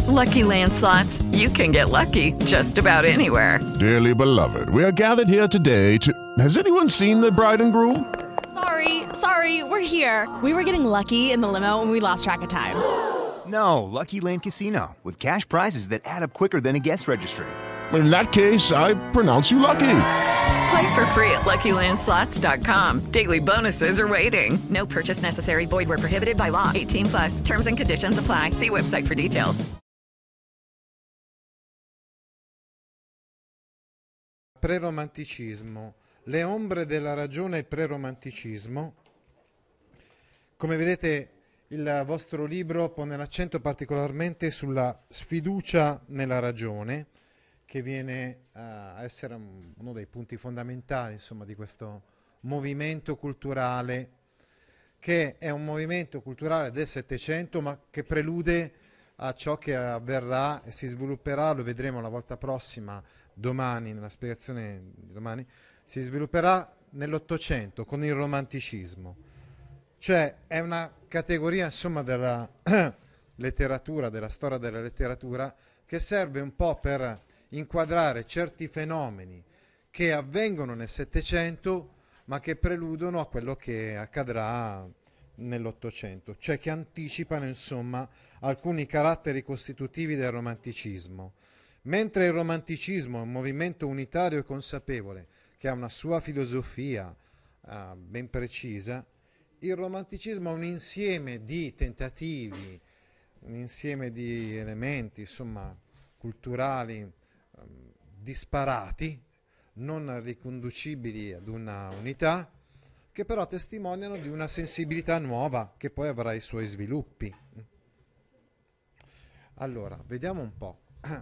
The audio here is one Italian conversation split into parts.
Lucky Land Slots, you can get lucky just about anywhere. Dearly beloved, we are gathered here today to... Has anyone seen the bride and groom? Sorry, we're here. We were getting lucky in the limo and we lost track of time. No, Lucky Land Casino, with cash prizes that add up quicker than a guest registry. In that case, I pronounce you lucky. Play for free at LuckyLandSlots.com. Daily bonuses are waiting. No purchase necessary. Void where prohibited by law. 18+. Terms and conditions apply. See website for details. Preromanticismo. Le ombre della ragione e il preromanticismo. Come vedete, il vostro libro pone l'accento particolarmente sulla sfiducia nella ragione, che viene a essere uno dei punti fondamentali, insomma, di questo movimento culturale, che è un movimento culturale del Settecento, ma che prelude a ciò che avverrà e si svilupperà, lo vedremo la volta prossima, domani, nella spiegazione di domani, si svilupperà nell'Ottocento con il romanticismo. Cioè è una categoria, insomma, della letteratura, della storia della letteratura, che serve un po' per inquadrare certi fenomeni che avvengono nel Settecento, ma che preludono a quello che accadrà nell'Ottocento, cioè che anticipano, insomma, alcuni caratteri costitutivi del romanticismo. Mentre il romanticismo è un movimento unitario e consapevole, che ha una sua filosofia ben precisa, il romanticismo è un insieme di tentativi, un insieme di elementi, insomma, culturali disparati, non riconducibili ad una unità, che però testimoniano di una sensibilità nuova che poi avrà i suoi sviluppi. Allora, vediamo un po'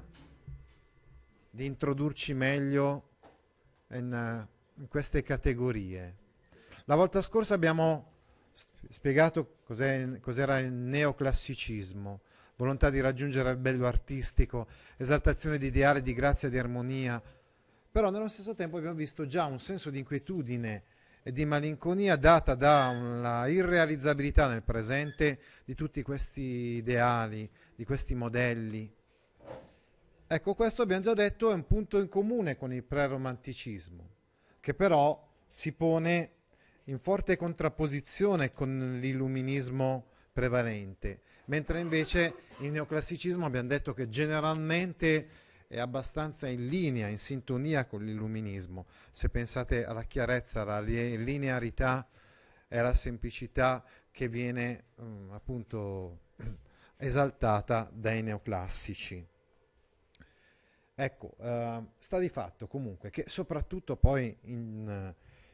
di introdurci meglio in queste categorie. La volta scorsa abbiamo spiegato cos'era il neoclassicismo, volontà di raggiungere il bello artistico, esaltazione di ideali di grazia e di armonia, però nello stesso tempo abbiamo visto già un senso di inquietudine e di malinconia data dalla irrealizzabilità nel presente di tutti questi ideali, di questi modelli. Ecco, questo abbiamo già detto è un punto in comune con il preromanticismo, che però si pone in forte contrapposizione con l'illuminismo prevalente, mentre invece il neoclassicismo abbiamo detto che generalmente è abbastanza in linea, in sintonia con l'illuminismo. Se pensate alla chiarezza, alla linearità e alla semplicità che viene appunto esaltata dai neoclassici. Ecco, sta di fatto comunque che soprattutto poi in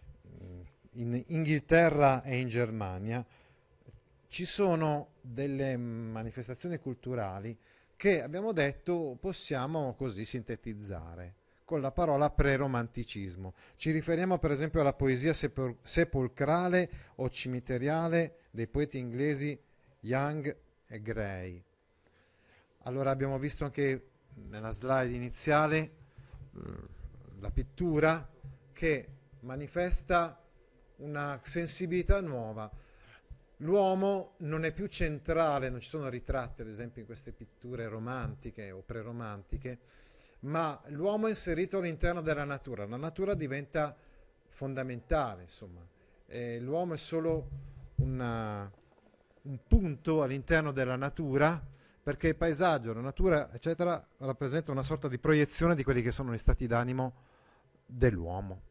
Inghilterra e in Germania ci sono delle manifestazioni culturali che abbiamo detto possiamo così sintetizzare con la parola preromanticismo. Ci riferiamo per esempio alla poesia sepolcrale o cimiteriale dei poeti inglesi Young e Gray. Allora abbiamo visto anche nella slide iniziale la pittura che manifesta una sensibilità nuova. L'uomo non è più centrale, non ci sono ritratti ad esempio in queste pitture romantiche o preromantiche, ma l'uomo è inserito all'interno della natura. La natura diventa fondamentale, insomma. L'uomo è solo un punto all'interno della natura, perché il paesaggio, la natura, eccetera, rappresenta una sorta di proiezione di quelli che sono gli stati d'animo dell'uomo.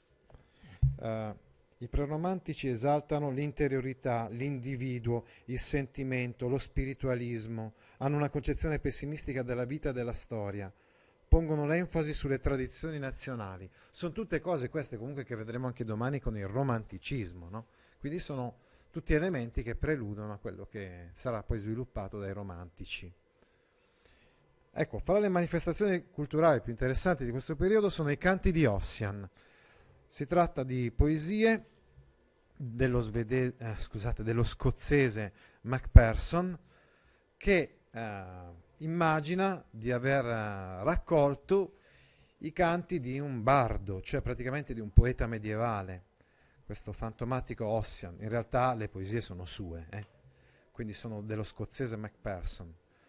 I preromantici esaltano l'interiorità, l'individuo, il sentimento, lo spiritualismo, hanno una concezione pessimistica della vita e della storia, pongono l'enfasi sulle tradizioni nazionali. Sono tutte cose queste comunque che vedremo anche domani con il romanticismo, no? Quindi sono tutti elementi che preludono a quello che sarà poi sviluppato dai romantici. Ecco, fra le manifestazioni culturali più interessanti di questo periodo sono i canti di Ossian. Si tratta di poesie dello scozzese Macpherson, che immagina di aver raccolto i canti di un bardo, cioè praticamente di un poeta medievale, questo fantomatico Ossian. In realtà le poesie sono sue, quindi sono dello scozzese Macpherson.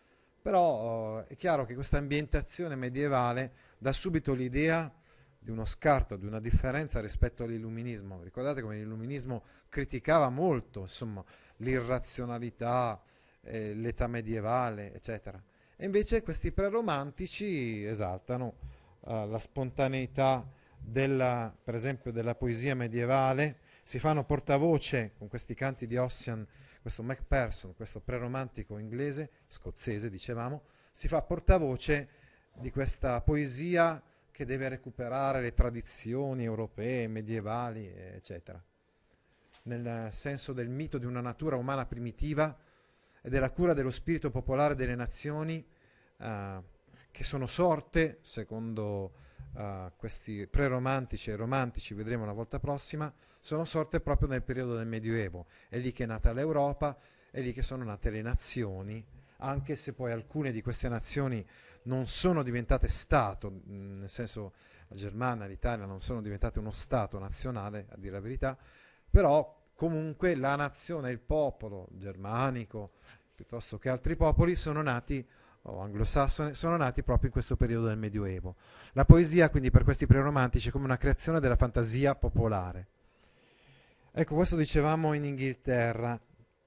Però è chiaro che questa ambientazione medievale dà subito l'idea di uno scarto, di una differenza rispetto all'illuminismo. Ricordate come l'illuminismo criticava molto, insomma, l'irrazionalità, l'età medievale, eccetera. E invece questi preromantici esaltano la spontaneità per esempio, della poesia medievale, si fanno portavoce con questi canti di Ossian, questo Macpherson, questo preromantico inglese, scozzese, dicevamo, si fa portavoce di questa poesia che deve recuperare le tradizioni europee, medievali, eccetera, nel senso del mito di una natura umana primitiva e della cura dello spirito popolare delle nazioni che sono sorte, secondo questi preromantici e romantici, vedremo una volta prossima, sono sorte proprio nel periodo del Medioevo. È lì che è nata l'Europa, è lì che sono nate le nazioni, anche se poi alcune di queste nazioni non sono diventate Stato, nel senso la Germania, l'Italia non sono diventate uno Stato nazionale, a dire la verità, però comunque la nazione, il popolo germanico, piuttosto che altri popoli, sono nati, o anglosassone, sono nati proprio in questo periodo del Medioevo. La poesia, quindi, per questi preromantici è come una creazione della fantasia popolare. Ecco, questo dicevamo in Inghilterra.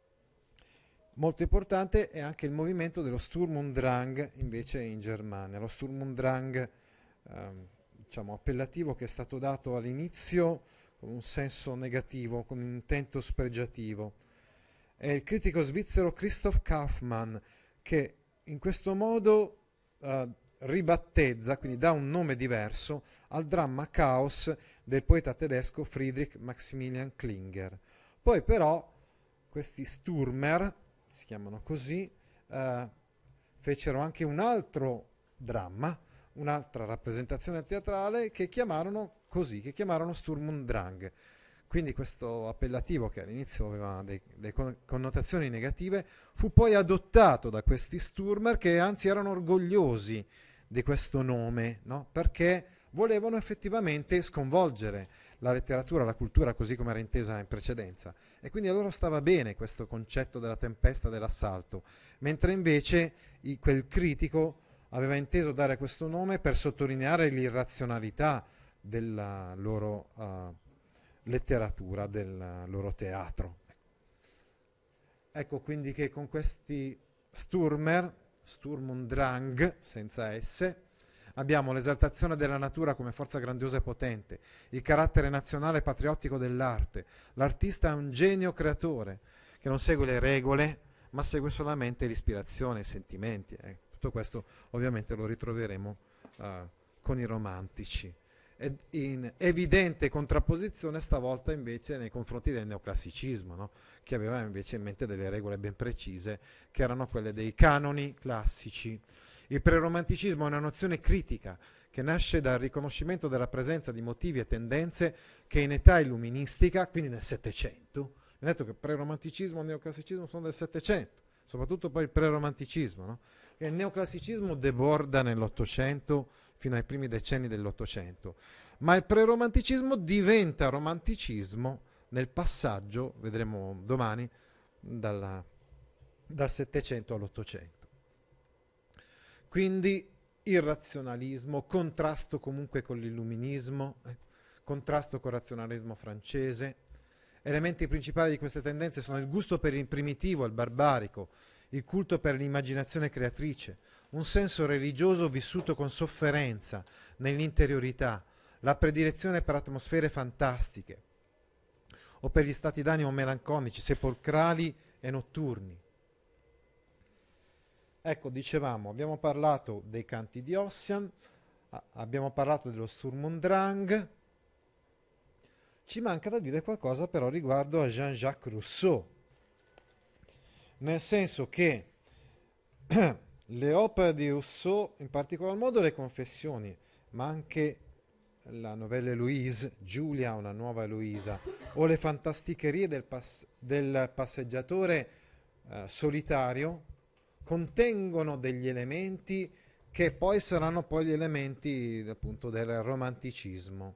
Molto importante è anche il movimento dello Sturm und Drang, invece, in Germania. Lo Sturm und Drang, diciamo, appellativo che è stato dato all'inizio con un senso negativo, con un intento spregiativo. È il critico svizzero Christoph Kaufmann che in questo modo ribattezza, quindi dà un nome diverso al dramma Chaos del poeta tedesco Friedrich Maximilian Klinger. Poi però questi Sturmer, si chiamano così, fecero anche un altro dramma, un'altra rappresentazione teatrale che chiamarono così, che chiamarono Sturm und Drang. Quindi questo appellativo, che all'inizio aveva delle connotazioni negative, fu poi adottato da questi Sturmer, che anzi erano orgogliosi di questo nome, no? Perché volevano effettivamente sconvolgere la letteratura, la cultura così come era intesa in precedenza. E quindi a loro stava bene questo concetto della tempesta, dell'assalto, mentre invece quel critico aveva inteso dare questo nome per sottolineare l'irrazionalità della loro letteratura, del loro teatro. Ecco quindi che con questi Sturmer, Sturm und Drang, senza S, abbiamo l'esaltazione della natura come forza grandiosa e potente, il carattere nazionale e patriottico dell'arte. L'artista è un genio creatore che non segue le regole, ma segue solamente l'ispirazione, i sentimenti. Tutto questo ovviamente lo ritroveremo con i romantici. In evidente contrapposizione stavolta invece nei confronti del neoclassicismo, no? Che aveva invece in mente delle regole ben precise, che erano quelle dei canoni classici. Il preromanticismo è una nozione critica che nasce dal riconoscimento della presenza di motivi e tendenze che in età illuministica, quindi nel Settecento, mi ha detto che preromanticismo e neoclassicismo sono del Settecento, soprattutto poi il preromanticismo, no? E il neoclassicismo deborda nell'Ottocento fino ai primi decenni dell'Ottocento, ma il preromanticismo diventa romanticismo nel passaggio, vedremo domani, dal Settecento all'Ottocento. Quindi irrazionalismo, contrasto comunque con l'illuminismo, contrasto col razionalismo francese. Elementi principali di queste tendenze sono il gusto per il primitivo, il barbarico, il culto per l'immaginazione creatrice, un senso religioso vissuto con sofferenza nell'interiorità, la predilezione per atmosfere fantastiche o per gli stati d'animo melanconici, sepolcrali e notturni. Ecco, dicevamo, abbiamo parlato dei canti di Ossian, abbiamo parlato dello Sturm und Drang. Ci manca da dire qualcosa però riguardo a Jean-Jacques Rousseau, nel senso che le opere di Rousseau, in particolar modo le Confessioni, ma anche la novella Eloise, Giulia, una nuova Eloisa, o le fantasticherie del passeggiatore solitario, contengono degli elementi che poi saranno poi gli elementi appunto del romanticismo.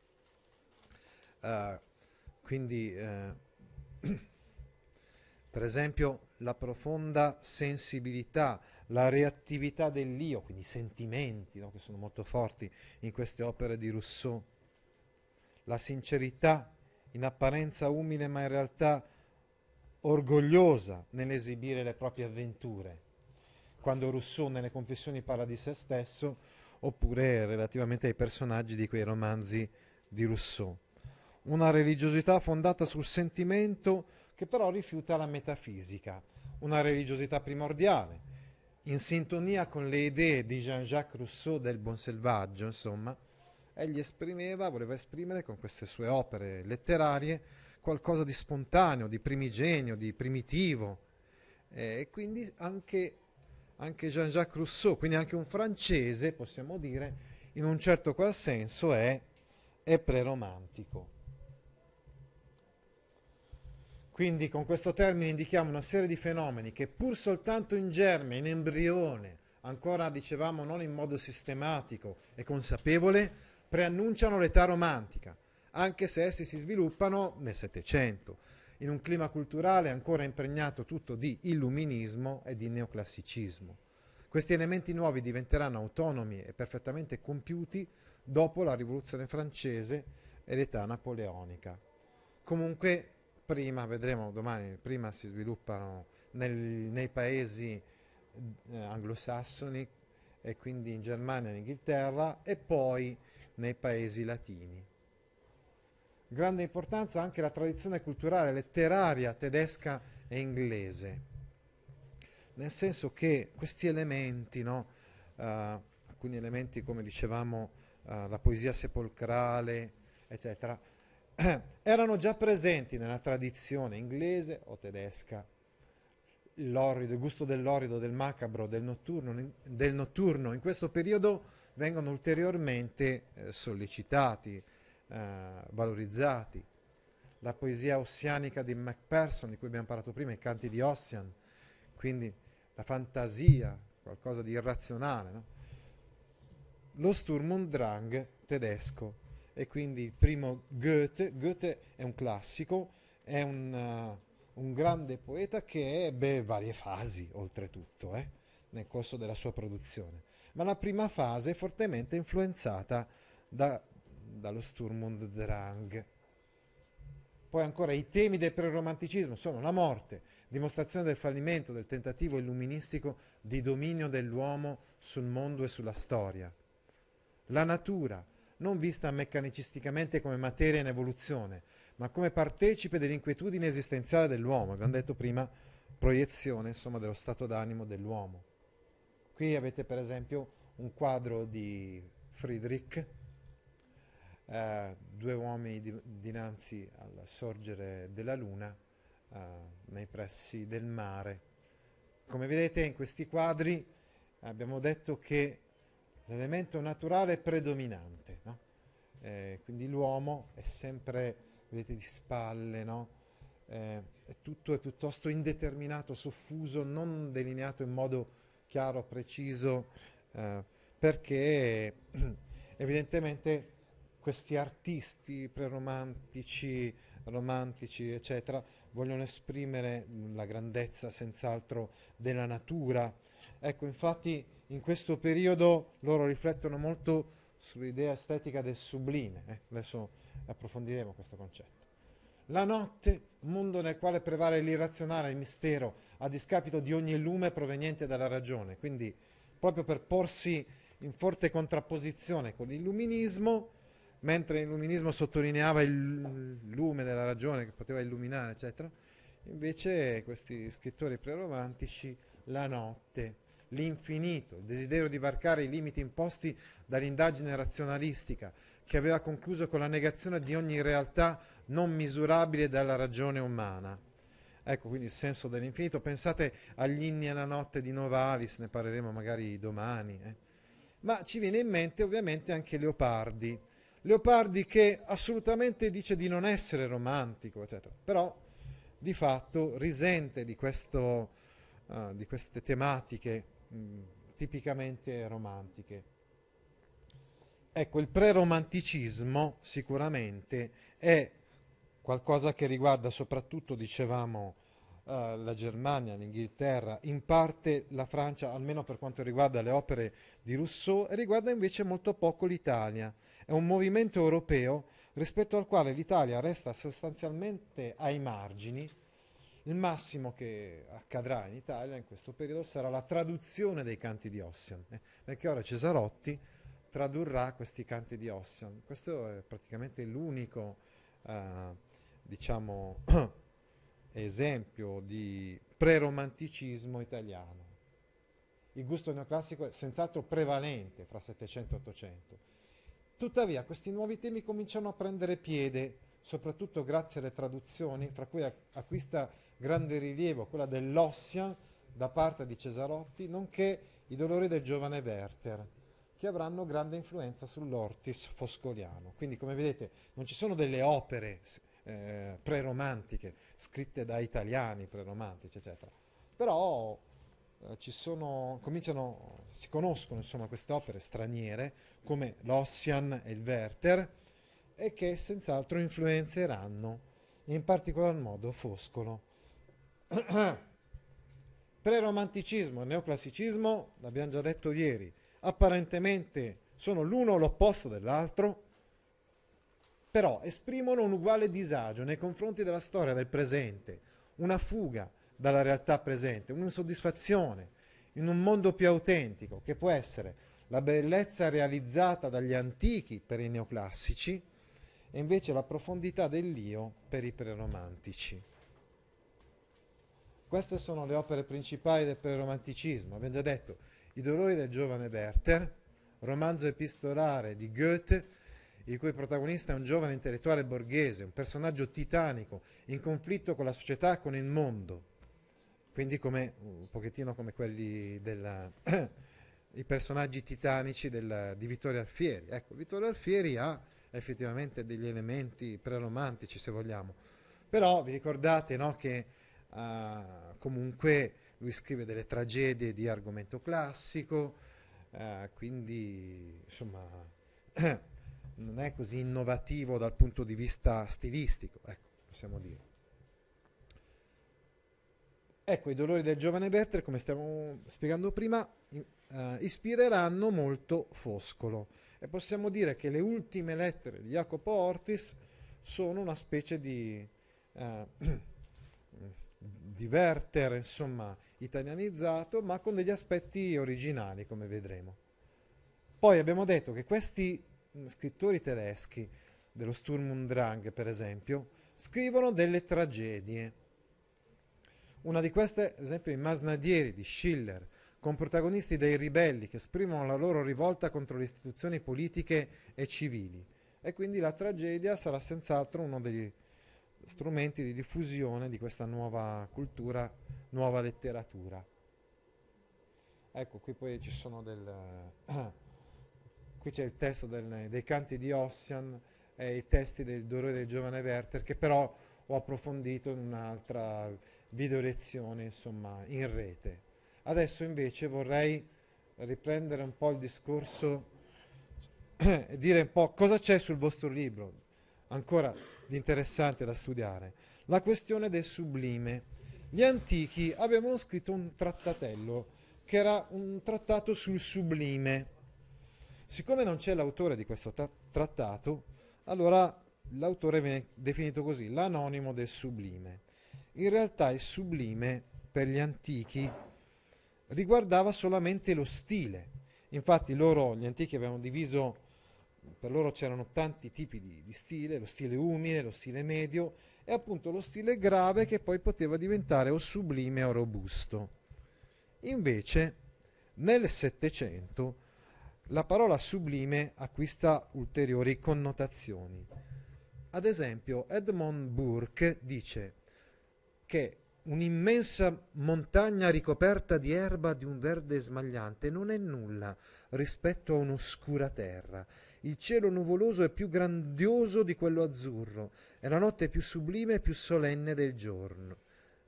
Quindi per esempio la profonda sensibilità la reattività dell'io, quindi i sentimenti, no, che sono molto forti in queste opere di Rousseau, la sincerità, in apparenza umile ma in realtà orgogliosa nell'esibire le proprie avventure, quando Rousseau nelle Confessioni parla di se stesso, oppure relativamente ai personaggi di quei romanzi di Rousseau. Una religiosità fondata sul sentimento che però rifiuta la metafisica, una religiosità primordiale, in sintonia con le idee di Jean-Jacques Rousseau del buon selvaggio, insomma. Egli voleva esprimere con queste sue opere letterarie qualcosa di spontaneo, di primigenio, di primitivo, e quindi anche Jean-Jacques Rousseau, quindi anche un francese, possiamo dire, in un certo qual senso è preromantico. Quindi con questo termine indichiamo una serie di fenomeni che pur soltanto in germe, in embrione, ancora dicevamo non in modo sistematico e consapevole, preannunciano l'età romantica, anche se essi si sviluppano nel Settecento, in un clima culturale ancora impregnato tutto di illuminismo e di neoclassicismo. Questi elementi nuovi diventeranno autonomi e perfettamente compiuti dopo la Rivoluzione francese e l'età napoleonica. Comunque, prima, vedremo domani, prima si sviluppano nei paesi anglosassoni, e quindi in Germania e in Inghilterra, e poi nei paesi latini. Grande importanza anche la tradizione culturale letteraria tedesca e inglese, nel senso che questi elementi, no, alcuni elementi come dicevamo, la poesia sepolcrale, eccetera, erano già presenti nella tradizione inglese o tedesca. Il gusto dell'orrido, del macabro, del notturno in questo periodo vengono ulteriormente sollecitati, valorizzati. La poesia ossianica di Macpherson, di cui abbiamo parlato prima, i canti di Ossian, quindi la fantasia, qualcosa di irrazionale, no? Lo Sturm und Drang tedesco, e quindi il primo Goethe è un classico, è un grande poeta che ebbe varie fasi oltretutto nel corso della sua produzione, ma la prima fase è fortemente influenzata dallo Sturm und Drang. Poi ancora i temi del preromanticismo sono la morte, dimostrazione del fallimento del tentativo illuministico di dominio dell'uomo sul mondo e sulla storia, la natura, non vista meccanicisticamente come materia in evoluzione, ma come partecipe dell'inquietudine esistenziale dell'uomo, abbiamo detto prima, proiezione insomma dello stato d'animo dell'uomo. Qui avete per esempio un quadro di Friedrich, due uomini dinanzi al sorgere della luna nei pressi del mare. Come vedete in questi quadri abbiamo detto che l'elemento naturale è predominante, no? Quindi l'uomo è sempre, vedete, di spalle, no? Tutto è piuttosto indeterminato, soffuso, non delineato in modo chiaro, preciso, perché evidentemente questi artisti preromantici, romantici, eccetera, vogliono esprimere la grandezza senz'altro della natura. Ecco, infatti in questo periodo loro riflettono molto sull'idea estetica del sublime. Adesso approfondiremo questo concetto. La notte, mondo nel quale prevale l'irrazionale, il mistero, a discapito di ogni lume proveniente dalla ragione. Quindi, proprio per porsi in forte contrapposizione con l'illuminismo, mentre l'illuminismo sottolineava il lume della ragione che poteva illuminare, eccetera, invece questi scrittori preromantici, la notte, l'infinito, il desiderio di varcare i limiti imposti dall'indagine razionalistica, che aveva concluso con la negazione di ogni realtà non misurabile dalla ragione umana. Ecco quindi il senso dell'infinito. Pensate agli inni alla notte di Novalis, ne parleremo magari domani. Ma ci viene in mente ovviamente anche Leopardi. Leopardi che assolutamente dice di non essere romantico, eccetera, però di fatto risente di queste tematiche tipicamente romantiche. Ecco, il preromanticismo sicuramente è qualcosa che riguarda soprattutto, dicevamo, la Germania, l'Inghilterra, in parte la Francia, almeno per quanto riguarda le opere di Rousseau, e riguarda invece molto poco l'Italia. È un movimento europeo rispetto al quale l'Italia resta sostanzialmente ai margini. Il massimo che accadrà in Italia in questo periodo sarà la traduzione dei canti di Ossian, perché ora Cesarotti tradurrà questi canti di Ossian. Questo è praticamente l'unico, diciamo, esempio di preromanticismo italiano. Il gusto neoclassico è senz'altro prevalente fra 700 e 800. Tuttavia questi nuovi temi cominciano a prendere piede, soprattutto grazie alle traduzioni, fra cui acquista grande rilievo quella dell'Ossian da parte di Cesarotti, nonché i dolori del giovane Werther, che avranno grande influenza sull'Ortis foscoliano. Quindi, come vedete, non ci sono delle opere preromantiche scritte da italiani preromantici, eccetera, però si conoscono insomma queste opere straniere come l'Ossian e il Werther, e che senz'altro influenzeranno in particolar modo Foscolo. Preromanticismo e neoclassicismo, l'abbiamo già detto ieri, apparentemente sono l'uno l'opposto dell'altro, però esprimono un uguale disagio nei confronti della storia del presente, una fuga dalla realtà presente, un'insoddisfazione in un mondo più autentico, che può essere la bellezza realizzata dagli antichi per i neoclassici e invece la profondità dell'io per i preromantici. Queste sono le opere principali del preromanticismo. Abbiamo già detto I dolori del giovane Werther, romanzo epistolare di Goethe, il cui protagonista è un giovane intellettuale borghese, un personaggio titanico, in conflitto con la società e con il mondo. Quindi un pochettino come quelli i personaggi titanici di Vittorio Alfieri. Ecco, Vittorio Alfieri ha effettivamente degli elementi preromantici, se vogliamo. Però vi ricordate, no, che comunque lui scrive delle tragedie di argomento classico, quindi insomma non è così innovativo dal punto di vista stilistico, ecco, possiamo dire. Ecco, i dolori del giovane Werther, come stiamo spiegando prima, ispireranno molto Foscolo, e possiamo dire che le ultime lettere di Jacopo Ortis sono una specie di Werther, insomma, italianizzato, ma con degli aspetti originali, come vedremo. Poi abbiamo detto che questi scrittori tedeschi, dello Sturm und Drang per esempio, scrivono delle tragedie. Una di queste, ad esempio, I Masnadieri di Schiller, con protagonisti dei ribelli che esprimono la loro rivolta contro le istituzioni politiche e civili. E quindi la tragedia sarà senz'altro uno degli strumenti di diffusione di questa nuova cultura, nuova letteratura. Ecco, qui poi ci sono qui c'è il testo dei canti di Ossian e i testi del dolore del giovane Werther, che però ho approfondito in un'altra video lezione, insomma, in rete. Adesso invece vorrei riprendere un po' il discorso e dire un po' cosa c'è sul vostro libro ancora di interessante da studiare. La questione del sublime. Gli antichi avevano scritto un trattatello che era un trattato sul sublime. Siccome non c'è l'autore di questo trattato, allora l'autore viene definito così, l'anonimo del sublime. In realtà il sublime per gli antichi riguardava solamente lo stile. Infatti gli antichi avevano diviso, per loro c'erano tanti tipi di stile, lo stile umile, lo stile medio e appunto lo stile grave, che poi poteva diventare o sublime o robusto. Invece nel Settecento la parola sublime acquista ulteriori connotazioni. Ad esempio Edmund Burke dice che un'immensa montagna ricoperta di erba di un verde smagliante non è nulla rispetto a un'oscura terra. Il cielo nuvoloso è più grandioso di quello azzurro e la notte è più sublime e più solenne del giorno.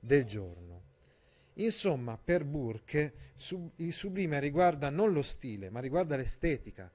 Insomma, per Burke il sublime riguarda non lo stile, ma riguarda l'estetica.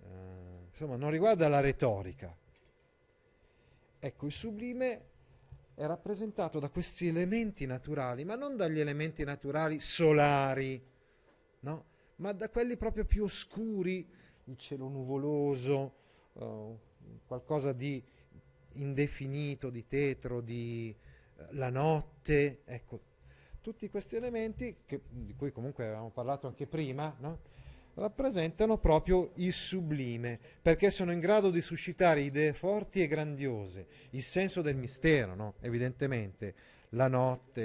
Insomma, non riguarda la retorica. Ecco, il sublime è rappresentato da questi elementi naturali, ma non dagli elementi naturali solari, no? Ma da quelli proprio più oscuri, il cielo nuvoloso, qualcosa di indefinito, di tetro, di la notte, ecco, tutti questi elementi, di cui comunque avevamo parlato anche prima, no? Rappresentano proprio il sublime, perché sono in grado di suscitare idee forti e grandiose, il senso del mistero, no? Evidentemente, la notte,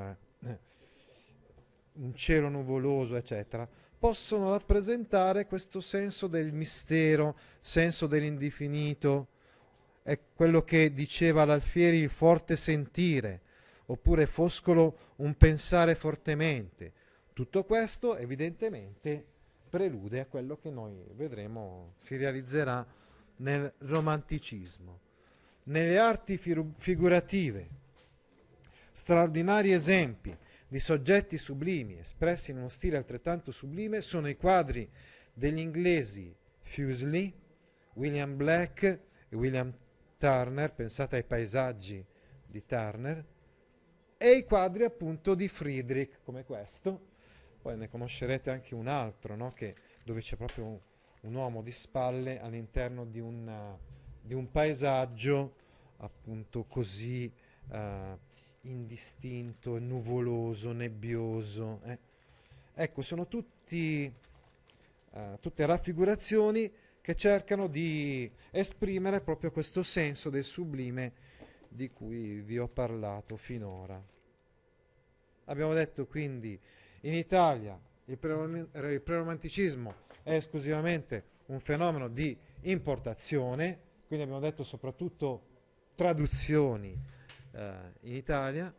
un cielo nuvoloso, eccetera, possono rappresentare questo senso del mistero, senso dell'indefinito. È quello che diceva l'Alfieri, il forte sentire, oppure Foscolo, un pensare fortemente. Tutto questo evidentemente prelude a quello che noi vedremo si realizzerà nel romanticismo. Nelle arti figurative, straordinari esempi di soggetti sublimi espressi in uno stile altrettanto sublime sono i quadri degli inglesi Fuseli, William Black e William Turner, pensate ai paesaggi di Turner, e i quadri appunto di Friedrich, come questo. Poi ne conoscerete anche un altro, no? Dove c'è proprio un uomo di spalle all'interno di un paesaggio appunto così indistinto, nuvoloso, nebbioso. Ecco, sono tutte raffigurazioni che cercano di esprimere proprio questo senso del sublime di cui vi ho parlato finora. Abbiamo detto quindi, in Italia il preromanticismo è esclusivamente un fenomeno di importazione, quindi abbiamo detto soprattutto traduzioni in Italia,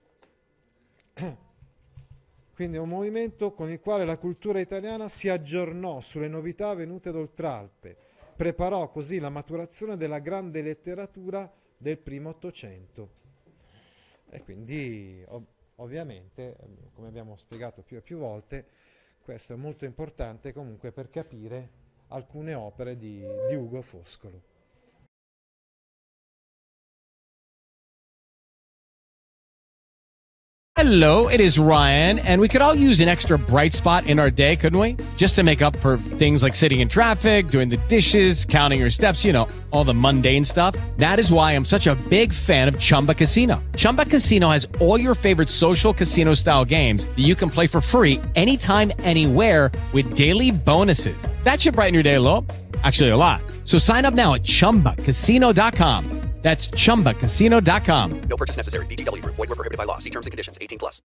quindi è un movimento con il quale la cultura italiana si aggiornò sulle novità venute d'Oltralpe, preparò così la maturazione della grande letteratura del primo Ottocento. E quindi ovviamente, come abbiamo spiegato più e più volte, questo è molto importante comunque per capire alcune opere di Ugo Foscolo. Hello, it is Ryan, and we could all use an extra bright spot in our day, couldn't we? Just to make up for things like sitting in traffic, doing the dishes, counting your steps, you know, all the mundane stuff. That is why I'm such a big fan of Chumba Casino. Chumba Casino has all your favorite social casino-style games that you can play for free anytime, anywhere with daily bonuses. That should brighten your day a little. Actually, a lot. So sign up now at ChumbaCasino.com. That's ChumbaCasino.com. No purchase necessary. VGW Group. Void where prohibited by law. See terms and conditions. 18+.